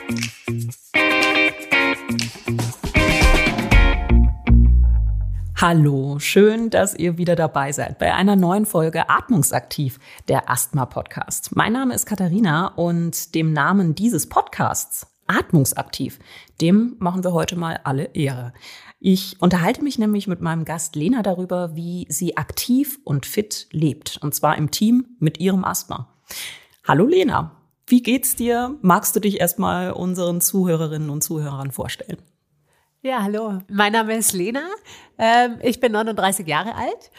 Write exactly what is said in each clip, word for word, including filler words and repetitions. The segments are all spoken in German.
Hallo, schön, dass ihr wieder dabei seid bei einer neuen Folge Atmungsaktiv, der Asthma-Podcast. Mein Name ist Katharina und dem Namen dieses Podcasts, Atmungsaktiv, dem machen wir heute mal alle Ehre. Ich unterhalte mich nämlich mit meinem Gast Lena darüber, wie sie aktiv und fit lebt, und zwar im Team mit ihrem Asthma. Hallo Lena, wie geht's dir? Magst du dich erstmal unseren Zuhörerinnen und Zuhörern vorstellen? Ja, hallo. Mein Name ist Lena. Ähm, ich bin neununddreißig Jahre alt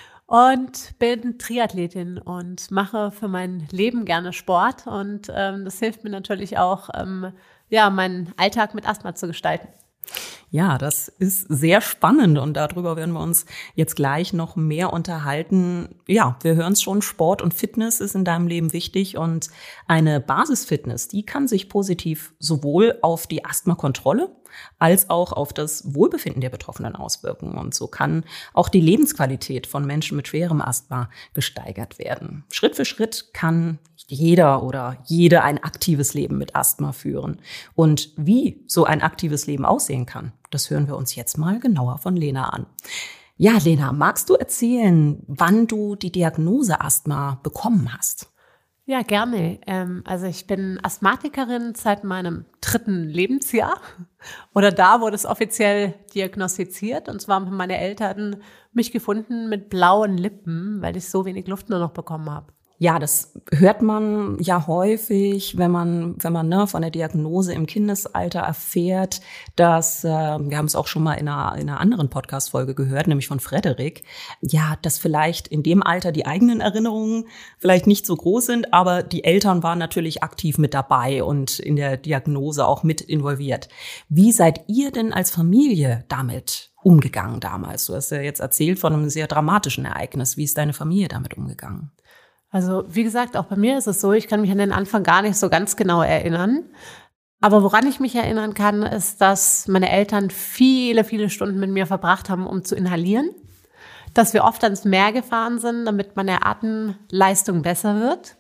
und bin Triathletin und mache für mein Leben gerne Sport. Und ähm, das hilft mir natürlich auch, ähm, ja, meinen Alltag mit Asthma zu gestalten. Ja, das ist sehr spannend und darüber werden wir uns jetzt gleich noch mehr unterhalten. Ja, wir hören es schon, Sport und Fitness ist in deinem Leben wichtig und eine Basisfitness, die kann sich positiv sowohl auf die Asthmakontrolle als auch auf das Wohlbefinden der Betroffenen auswirken. Und so kann auch die Lebensqualität von Menschen mit schwerem Asthma gesteigert werden. Schritt für Schritt kann jeder oder jede ein aktives Leben mit Asthma führen. Und wie so ein aktives Leben aussehen kann, das hören wir uns jetzt mal genauer von Lena an. Ja, Lena, magst du erzählen, wann du die Diagnose Asthma bekommen hast? Ja, gerne. Ähm, also ich bin Asthmatikerin seit meinem dritten Lebensjahr oder da wurde es offiziell diagnostiziert. Und zwar haben meine Eltern mich gefunden mit blauen Lippen, weil ich so wenig Luft nur noch bekommen habe. Ja, das hört man ja häufig, wenn man, wenn man ne, von der Diagnose im Kindesalter erfährt, dass, äh, wir haben es auch schon mal in einer, in einer anderen Podcast-Folge gehört, nämlich von Frederik, ja, dass vielleicht in dem Alter die eigenen Erinnerungen vielleicht nicht so groß sind, aber die Eltern waren natürlich aktiv mit dabei und in der Diagnose auch mit involviert. Wie seid ihr denn als Familie damit umgegangen damals? Du hast ja jetzt erzählt von einem sehr dramatischen Ereignis. Wie ist deine Familie damit umgegangen? Also wie gesagt, auch bei mir ist es so, ich kann mich an den Anfang gar nicht so ganz genau erinnern. Aber woran ich mich erinnern kann, ist, dass meine Eltern viele, viele Stunden mit mir verbracht haben, um zu inhalieren. Dass wir oft ans Meer gefahren sind, damit meine Atemleistung besser wird.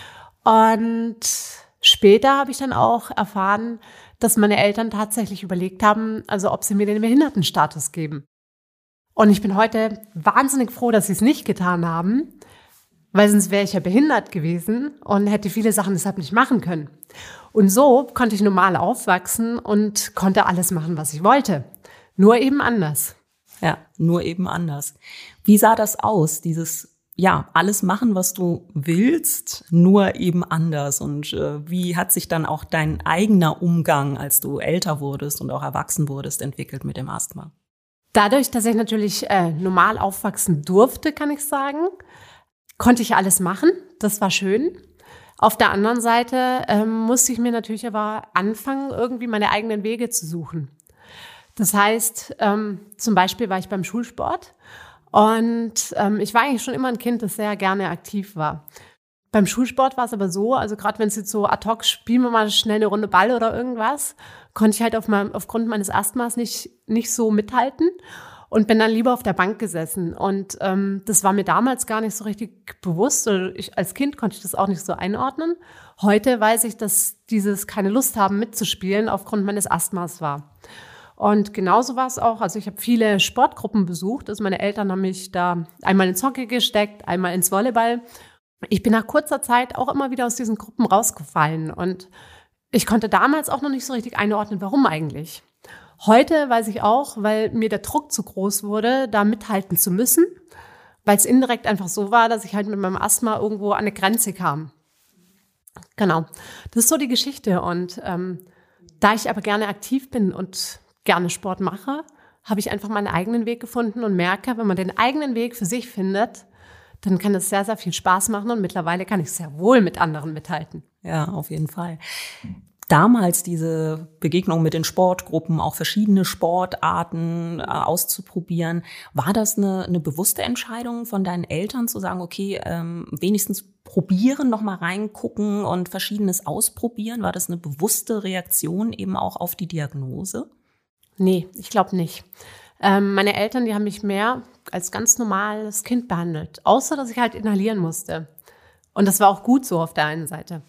Und später habe ich dann auch erfahren, dass meine Eltern tatsächlich überlegt haben, also ob sie mir den Behindertenstatus geben. Und ich bin heute wahnsinnig froh, dass sie es nicht getan haben. Weil sonst wäre ich ja behindert gewesen und hätte viele Sachen deshalb nicht machen können. Und so konnte ich normal aufwachsen und konnte alles machen, was ich wollte. Nur eben anders. Ja, nur eben anders. Wie sah das aus, dieses, ja, alles machen, was du willst, nur eben anders? Und äh, wie hat sich dann auch dein eigener Umgang, als du älter wurdest und auch erwachsen wurdest, entwickelt mit dem Asthma? Dadurch, dass ich natürlich äh, normal aufwachsen durfte, kann ich sagen, konnte ich alles machen, das war schön. Auf der anderen Seite ähm, musste ich mir natürlich aber anfangen, irgendwie meine eigenen Wege zu suchen. Das heißt, ähm, zum Beispiel war ich beim Schulsport und ähm, ich war eigentlich schon immer ein Kind, das sehr gerne aktiv war. Beim Schulsport war es aber so, also gerade wenn es jetzt so ad hoc, spielen wir mal schnell eine Runde Ball oder irgendwas, konnte ich halt auf meinem, aufgrund meines Asthmas nicht, nicht so mithalten. Und bin dann lieber auf der Bank gesessen. Und ähm, das war mir damals gar nicht so richtig bewusst. Oder ich, als Kind konnte ich das auch nicht so einordnen. Heute weiß ich, dass dieses keine Lust haben mitzuspielen aufgrund meines Asthmas war. Und genauso war es auch. Also ich habe viele Sportgruppen besucht. Also meine Eltern haben mich da einmal ins Hockey gesteckt, einmal ins Volleyball. Ich bin nach kurzer Zeit auch immer wieder aus diesen Gruppen rausgefallen. Und ich konnte damals auch noch nicht so richtig einordnen, warum eigentlich. Heute weiß ich auch, weil mir der Druck zu groß wurde, da mithalten zu müssen, weil es indirekt einfach so war, dass ich halt mit meinem Asthma irgendwo an eine Grenze kam. Genau, das ist so die Geschichte. Und ähm, da ich aber gerne aktiv bin und gerne Sport mache, habe ich einfach meinen eigenen Weg gefunden und merke, wenn man den eigenen Weg für sich findet, dann kann das sehr, sehr viel Spaß machen und mittlerweile kann ich sehr wohl mit anderen mithalten. Ja, auf jeden Fall. Damals diese Begegnung mit den Sportgruppen, auch verschiedene Sportarten äh, auszuprobieren, war das eine, eine bewusste Entscheidung von deinen Eltern zu sagen, okay, ähm, wenigstens probieren, noch mal reingucken und Verschiedenes ausprobieren? War das eine bewusste Reaktion eben auch auf die Diagnose? Nee, ich glaube nicht. Ähm, meine Eltern, die haben mich mehr als ganz normales Kind behandelt, außer dass ich halt inhalieren musste. Und das war auch gut so auf der einen Seite.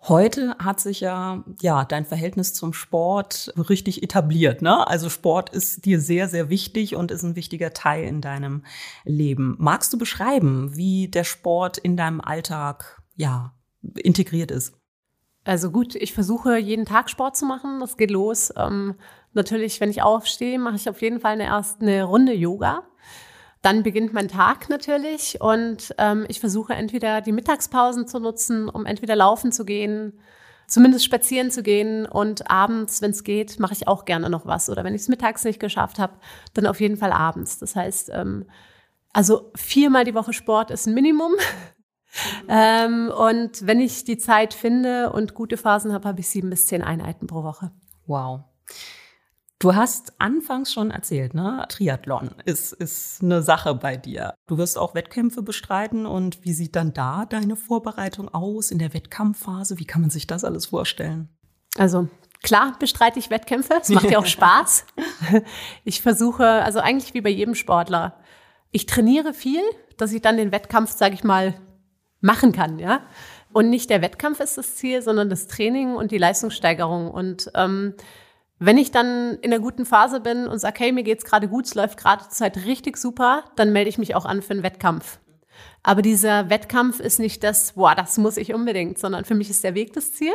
Heute hat sich ja, ja, dein Verhältnis zum Sport richtig etabliert, ne? Also Sport ist dir sehr, sehr wichtig und ist ein wichtiger Teil in deinem Leben. Magst du beschreiben, wie der Sport in deinem Alltag, ja, integriert ist? Also gut, ich versuche jeden Tag Sport zu machen. Das geht los. Ähm, natürlich, wenn ich aufstehe, mache ich auf jeden Fall eine erste eine Runde Yoga. Dann beginnt mein Tag natürlich und ähm, ich versuche entweder die Mittagspausen zu nutzen, um entweder laufen zu gehen, zumindest spazieren zu gehen und abends, wenn es geht, mache ich auch gerne noch was. Oder wenn ich es mittags nicht geschafft habe, dann auf jeden Fall abends. Das heißt, ähm, also viermal die Woche Sport ist ein Minimum. Mhm. ähm, und wenn ich die Zeit finde und gute Phasen habe, habe ich sieben bis zehn Einheiten pro Woche. Wow. Du hast anfangs schon erzählt, ne? Triathlon ist, ist eine Sache bei dir. Du wirst auch Wettkämpfe bestreiten und wie sieht dann da deine Vorbereitung aus in der Wettkampfphase? Wie kann man sich das alles vorstellen? Also klar bestreite ich Wettkämpfe, es macht ja auch Spaß. Ich versuche, also eigentlich wie bei jedem Sportler, ich trainiere viel, dass ich dann den Wettkampf, sage ich mal, machen kann, ja. Und nicht der Wettkampf ist das Ziel, sondern das Training und die Leistungssteigerung. Und ähm, wenn ich dann in einer guten Phase bin und sage, hey, mir geht's gerade gut, es läuft gerade zur Zeit richtig super, dann melde ich mich auch an für einen Wettkampf. Aber dieser Wettkampf ist nicht das, boah, das muss ich unbedingt, sondern für mich ist der Weg das Ziel.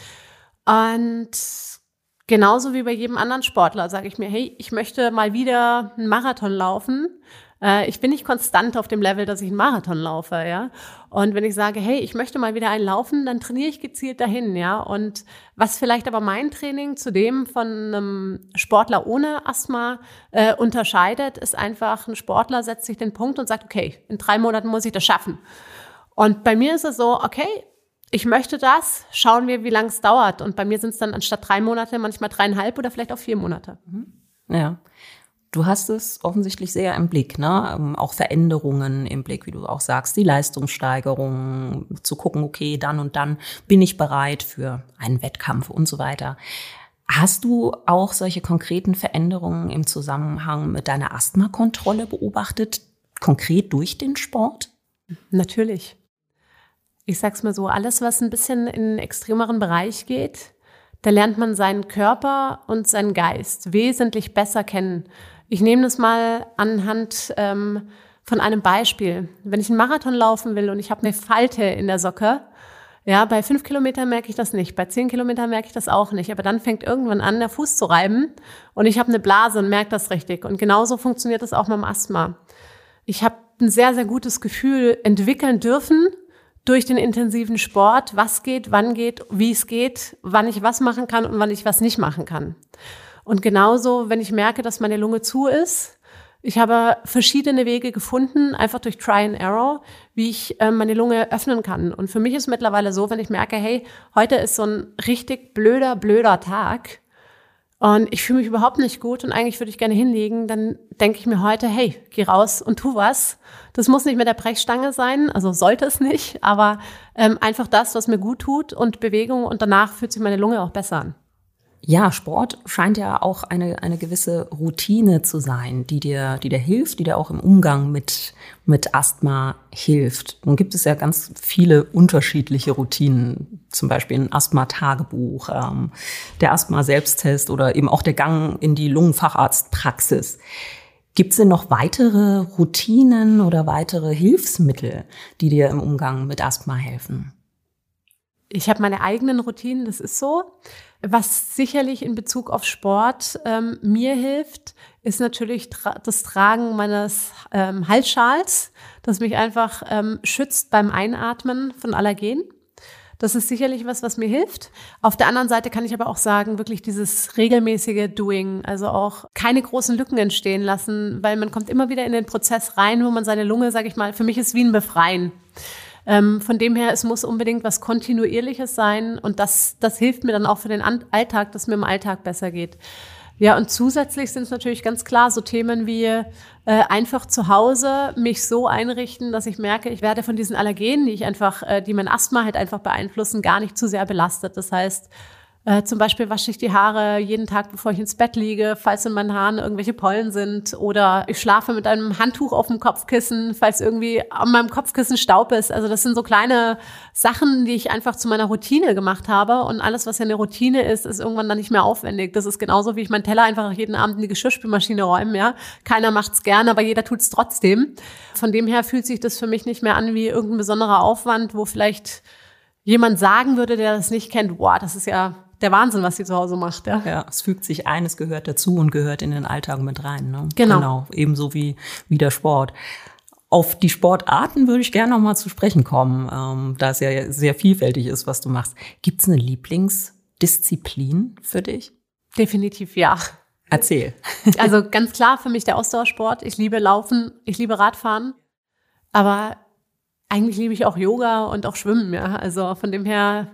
Und genauso wie bei jedem anderen Sportler sage ich mir, hey, ich möchte mal wieder einen Marathon laufen. Ich bin nicht konstant auf dem Level, dass ich einen Marathon laufe, ja. Und wenn ich sage, hey, ich möchte mal wieder einen laufen, dann trainiere ich gezielt dahin, ja. Und was vielleicht aber mein Training zu dem von einem Sportler ohne Asthma äh, unterscheidet, ist einfach, ein Sportler setzt sich den Punkt und sagt, okay, in drei Monaten muss ich das schaffen. Und bei mir ist es so, okay, ich möchte das, schauen wir, wie lange es dauert. Und bei mir sind es dann anstatt drei Monate manchmal dreieinhalb oder vielleicht auch vier Monate. Ja. Du hast es offensichtlich sehr im Blick, ne? Auch Veränderungen im Blick, wie du auch sagst, die Leistungssteigerung, zu gucken, okay, dann und dann bin ich bereit für einen Wettkampf und so weiter. Hast du auch solche konkreten Veränderungen im Zusammenhang mit deiner Asthmakontrolle beobachtet, konkret durch den Sport? Natürlich. Ich sag's mal so, alles, was ein bisschen in einen extremeren Bereich geht, da lernt man seinen Körper und seinen Geist wesentlich besser kennen. Ich nehme das mal anhand ähm, von einem Beispiel. Wenn ich einen Marathon laufen will und ich habe eine Falte in der Socke, ja, bei fünf Kilometern merke ich das nicht, bei zehn Kilometern merke ich das auch nicht, aber dann fängt irgendwann an, der Fuß zu reiben und ich habe eine Blase und merke das richtig. Und genauso funktioniert das auch mit dem Asthma. Ich habe ein sehr, sehr gutes Gefühl entwickeln dürfen durch den intensiven Sport, was geht, wann geht, wie es geht, wann ich was machen kann und wann ich was nicht machen kann. Und genauso, wenn ich merke, dass meine Lunge zu ist, ich habe verschiedene Wege gefunden, einfach durch Try and Error, wie ich äh, meine Lunge öffnen kann. Und für mich ist mittlerweile so, wenn ich merke, hey, heute ist so ein richtig blöder, blöder Tag und ich fühle mich überhaupt nicht gut und eigentlich würde ich gerne hinlegen, dann denke ich mir heute, hey, geh raus und tu was. Das muss nicht mit der Brechstange sein, also sollte es nicht, aber ähm, einfach das, was mir gut tut und Bewegung und danach fühlt sich meine Lunge auch besser an. Ja, Sport scheint ja auch eine eine gewisse Routine zu sein, die dir die dir hilft, die dir auch im Umgang mit mit Asthma hilft. Nun gibt es ja ganz viele unterschiedliche Routinen, zum Beispiel ein Asthma-Tagebuch, ähm, der Asthma-Selbsttest oder eben auch der Gang in die Lungenfacharztpraxis. Gibt es denn noch weitere Routinen oder weitere Hilfsmittel, die dir im Umgang mit Asthma helfen? Ich habe meine eigenen Routinen, das ist so. Was sicherlich in Bezug auf Sport ähm, mir hilft, ist natürlich tra- das Tragen meines ähm, Halsschals, das mich einfach ähm, schützt beim Einatmen von Allergen. Das ist sicherlich was, was mir hilft. Auf der anderen Seite kann ich aber auch sagen, wirklich dieses regelmäßige Doing, also auch keine großen Lücken entstehen lassen, weil man kommt immer wieder in den Prozess rein, wo man seine Lunge, sage ich mal, für mich ist wie ein Befreien. Ähm, von dem her, es muss unbedingt was Kontinuierliches sein und das, das hilft mir dann auch für den Alltag, dass mir im Alltag besser geht. Ja, und zusätzlich sind es natürlich ganz klar so Themen wie äh, einfach zu Hause mich so einrichten, dass ich merke, ich werde von diesen Allergenen, die ich einfach, äh, die mein Asthma halt einfach beeinflussen, gar nicht zu sehr belastet. Das heißt, Äh, zum Beispiel wasche ich die Haare jeden Tag, bevor ich ins Bett liege, falls in meinen Haaren irgendwelche Pollen sind. Oder ich schlafe mit einem Handtuch auf dem Kopfkissen, falls irgendwie an meinem Kopfkissen Staub ist. Also das sind so kleine Sachen, die ich einfach zu meiner Routine gemacht habe. Und alles, was ja eine Routine ist, ist irgendwann dann nicht mehr aufwendig. Das ist genauso, wie ich meinen Teller einfach jeden Abend in die Geschirrspülmaschine räume. Ja? Keiner macht's gern, aber jeder tut's trotzdem. Von dem her fühlt sich das für mich nicht mehr an wie irgendein besonderer Aufwand, wo vielleicht jemand sagen würde, der das nicht kennt, boah, das ist ja der Wahnsinn, was sie zu Hause macht. Ja, ja, es fügt sich ein, es gehört dazu und gehört in den Alltag mit rein. Ne? Genau. Genau, ebenso wie, wie der Sport. Auf die Sportarten würde ich gerne noch mal zu sprechen kommen, ähm, da es ja sehr vielfältig ist, was du machst. Gibt es eine Lieblingsdisziplin für dich? Definitiv ja. Erzähl. Also ganz klar für mich der Ausdauersport. Ich liebe Laufen, ich liebe Radfahren, aber eigentlich liebe ich auch Yoga und auch Schwimmen. Ja, also von dem her.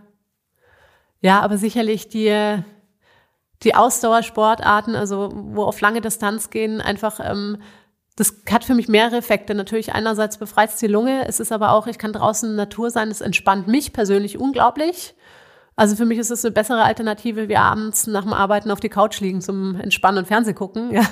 Ja, aber sicherlich die, die Ausdauersportarten, also wo auf lange Distanz gehen, einfach, ähm, das hat für mich mehrere Effekte. Natürlich einerseits befreit es die Lunge, es ist aber auch, ich kann draußen in der Natur sein, es entspannt mich persönlich unglaublich. Also für mich ist es eine bessere Alternative, wie abends nach dem Arbeiten auf die Couch liegen zum Entspannen und Fernsehen gucken. Ja.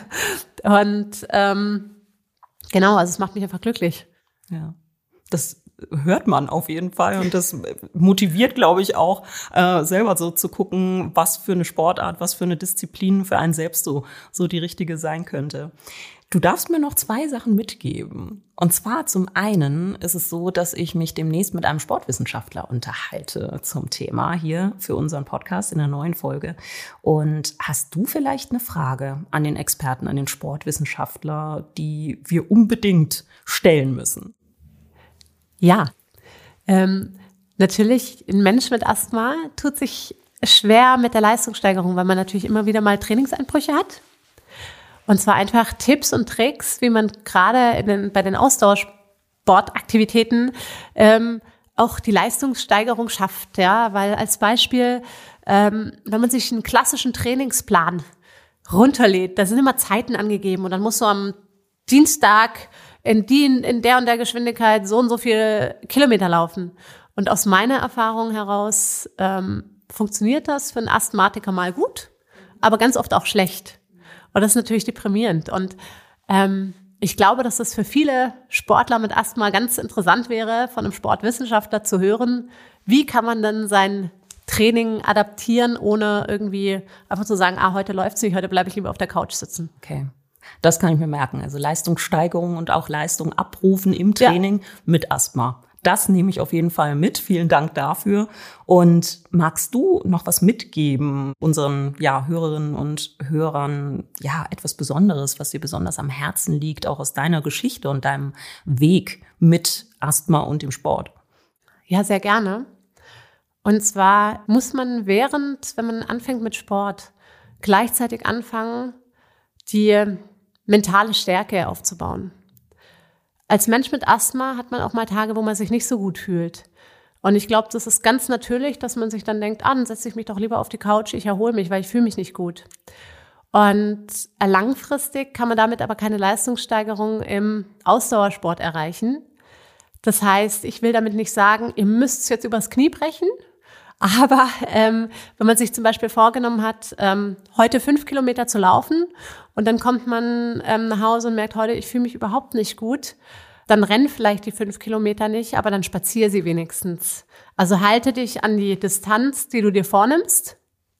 Und ähm, genau, also es macht mich einfach glücklich. Ja, das hört man auf jeden Fall und das motiviert, glaube ich, auch äh, selber so zu gucken, was für eine Sportart, was für eine Disziplin für einen selbst so so die richtige sein könnte. Du darfst mir noch zwei Sachen mitgeben. Und zwar zum einen ist es so, dass ich mich demnächst mit einem Sportwissenschaftler unterhalte zum Thema hier für unseren Podcast in der neuen Folge. Und hast du vielleicht eine Frage an den Experten, an den Sportwissenschaftler, die wir unbedingt stellen müssen? Ja, ähm, natürlich, ein Mensch mit Asthma tut sich schwer mit der Leistungssteigerung, weil man natürlich immer wieder mal Trainingseinbrüche hat. Und zwar einfach Tipps und Tricks, wie man gerade in den, bei den Ausdauersportaktivitäten ähm, auch die Leistungssteigerung schafft. Ja, weil als Beispiel, ähm, wenn man sich einen klassischen Trainingsplan runterlädt, da sind immer Zeiten angegeben und dann musst du am Dienstag in die, in der und der Geschwindigkeit so und so viele Kilometer laufen. Und aus meiner Erfahrung heraus ähm, funktioniert das für einen Asthmatiker mal gut, aber ganz oft auch schlecht. Und das ist natürlich deprimierend. Und ähm, ich glaube, dass das für viele Sportler mit Asthma ganz interessant wäre, von einem Sportwissenschaftler zu hören, wie kann man denn sein Training adaptieren, ohne irgendwie einfach zu sagen, ah, heute läuft's nicht, heute bleibe ich lieber auf der Couch sitzen. Okay. Das kann ich mir merken. Also Leistungssteigerung und auch Leistung abrufen im Training ja. mit Asthma. Das nehme ich auf jeden Fall mit. Vielen Dank dafür. Und magst du noch was mitgeben unseren ja, Hörerinnen und Hörern, ja, etwas Besonderes, was dir besonders am Herzen liegt, auch aus deiner Geschichte und deinem Weg mit Asthma und dem Sport? Ja, sehr gerne. Und zwar muss man während, wenn man anfängt mit Sport, gleichzeitig anfangen, die mentale Stärke aufzubauen. Als Mensch mit Asthma hat man auch mal Tage, wo man sich nicht so gut fühlt. Und ich glaube, das ist ganz natürlich, dass man sich dann denkt, ah, dann setze ich mich doch lieber auf die Couch, ich erhole mich, weil ich fühle mich nicht gut. Und langfristig kann man damit aber keine Leistungssteigerung im Ausdauersport erreichen. Das heißt, ich will damit nicht sagen, ihr müsst es jetzt übers Knie brechen. Aber ähm, wenn man sich zum Beispiel vorgenommen hat, ähm, heute fünf Kilometer zu laufen und dann kommt man ähm, nach Hause und merkt, heute, ich fühle mich überhaupt nicht gut, dann renn vielleicht die fünf Kilometer nicht, aber dann spazier sie wenigstens. Also halte dich an die Distanz, die du dir vornimmst.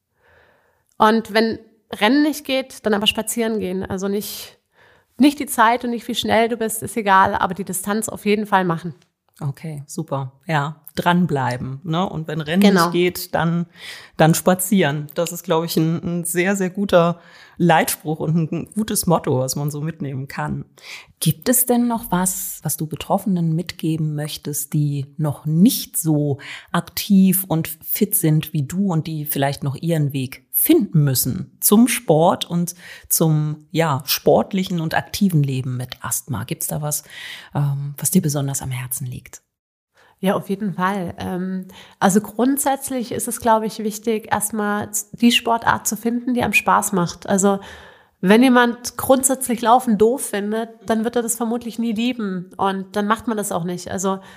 Und wenn Rennen nicht geht, dann aber spazieren gehen. Also nicht, nicht die Zeit und nicht wie schnell du bist, ist egal, aber die Distanz auf jeden Fall machen. Okay, super. Ja, dranbleiben, ne? Und wenn Rennen genau. nicht geht, dann dann spazieren. Das ist, glaube ich, ein, ein sehr, sehr guter Leitspruch und ein gutes Motto, was man so mitnehmen kann. Gibt es denn noch was, was du Betroffenen mitgeben möchtest, die noch nicht so aktiv und fit sind wie du und die vielleicht noch ihren Weg finden müssen zum Sport und zum ja sportlichen und aktiven Leben mit Asthma? Gibt's da was, ähm, was dir besonders am Herzen liegt? Ja, auf jeden Fall. Also grundsätzlich ist es, glaube ich, wichtig, erstmal die Sportart zu finden, die einem Spaß macht. Also wenn jemand grundsätzlich Laufen doof findet, dann wird er das vermutlich nie lieben und dann macht man das auch nicht. Also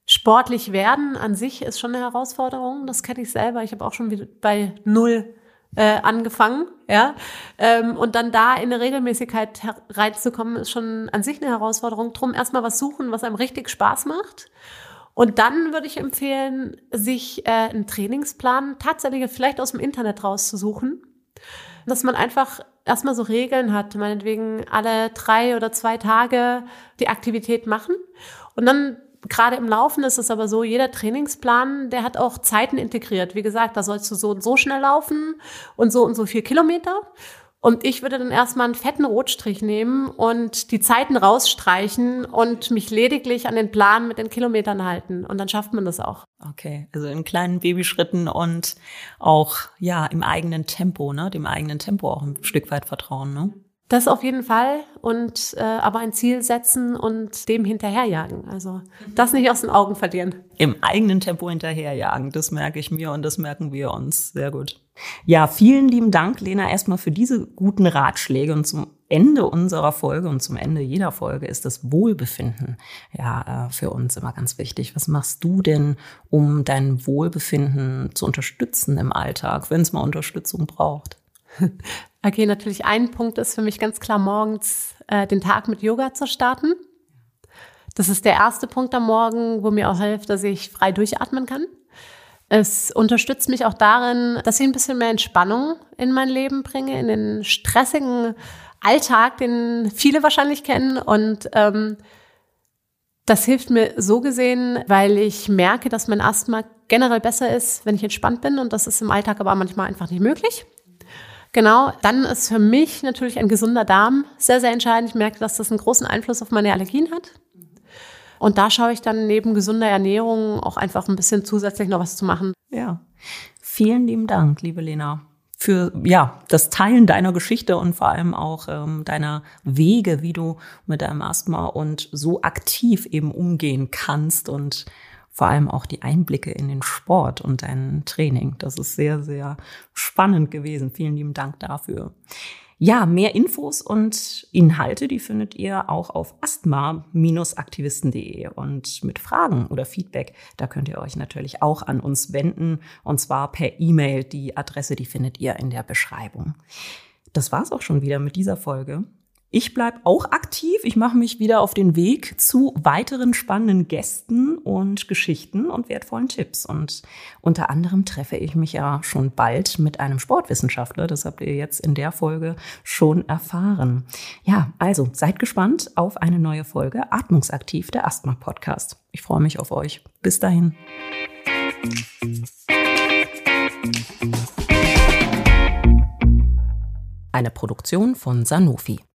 Sportlich werden an sich ist schon eine Herausforderung. Das kenne ich selber. Ich habe auch schon wieder bei null äh, angefangen, ja. Ähm, und dann da in eine Regelmäßigkeit reinzukommen, ist schon an sich eine Herausforderung. Drum erstmal was suchen, was einem richtig Spaß macht. Und dann würde ich empfehlen, sich äh, einen Trainingsplan tatsächlich vielleicht aus dem Internet rauszusuchen, dass man einfach erstmal so Regeln hat, meinetwegen alle drei oder zwei Tage die Aktivität machen. Und dann gerade im Laufen ist es aber so, jeder Trainingsplan, der hat auch Zeiten integriert. Wie gesagt, da sollst du so und so schnell laufen und so und so vier Kilometer. Und ich würde dann erstmal einen fetten Rotstrich nehmen und die Zeiten rausstreichen und mich lediglich an den Plan mit den Kilometern halten. Und dann schafft man das auch. Okay, also in kleinen Babyschritten und auch ja im eigenen Tempo, ne, dem eigenen Tempo auch ein Stück weit vertrauen, ne? Das auf jeden Fall und äh, aber ein Ziel setzen und dem hinterherjagen. Also das nicht aus den Augen verlieren. Im eigenen Tempo hinterherjagen, das merke ich mir und das merken wir uns. Sehr gut. Ja, vielen lieben Dank, Lena, erstmal für diese guten Ratschläge. Und zum Ende unserer Folge und zum Ende jeder Folge ist das Wohlbefinden ja äh, für uns immer ganz wichtig. Was machst du denn, um dein Wohlbefinden zu unterstützen im Alltag, wenn es mal Unterstützung braucht? Okay, natürlich ein Punkt ist für mich ganz klar, morgens äh, den Tag mit Yoga zu starten. Das ist der erste Punkt am Morgen, wo mir auch hilft, dass ich frei durchatmen kann. Es unterstützt mich auch darin, dass ich ein bisschen mehr Entspannung in mein Leben bringe, in den stressigen Alltag, den viele wahrscheinlich kennen. Und ähm, das hilft mir so gesehen, weil ich merke, dass mein Asthma generell besser ist, wenn ich entspannt bin. Und das ist im Alltag aber manchmal einfach nicht möglich. Genau, dann ist für mich natürlich ein gesunder Darm sehr, sehr entscheidend. Ich merke, dass das einen großen Einfluss auf meine Allergien hat. Und da schaue ich dann neben gesunder Ernährung auch einfach ein bisschen zusätzlich noch was zu machen. Ja, vielen lieben Dank, liebe Lena, für ja das Teilen deiner Geschichte und vor allem auch ähm, deiner Wege, wie du mit deinem Asthma und so aktiv eben umgehen kannst und vor allem auch die Einblicke in den Sport und dein Training. Das ist sehr, sehr spannend gewesen. Vielen lieben Dank dafür. Ja, mehr Infos und Inhalte, die findet ihr auch auf asthma Bindestrich aktivisten punkt de. Und mit Fragen oder Feedback, da könnt ihr euch natürlich auch an uns wenden. Und zwar per E-Mail. Die Adresse, die findet ihr in der Beschreibung. Das war's auch schon wieder mit dieser Folge. Ich bleibe auch aktiv. Ich mache mich wieder auf den Weg zu weiteren spannenden Gästen und Geschichten und wertvollen Tipps. Und unter anderem treffe ich mich ja schon bald mit einem Sportwissenschaftler. Das habt ihr jetzt in der Folge schon erfahren. Ja, also seid gespannt auf eine neue Folge Atmungsaktiv, der Asthma-Podcast. Ich freue mich auf euch. Bis dahin. Eine Produktion von Sanofi.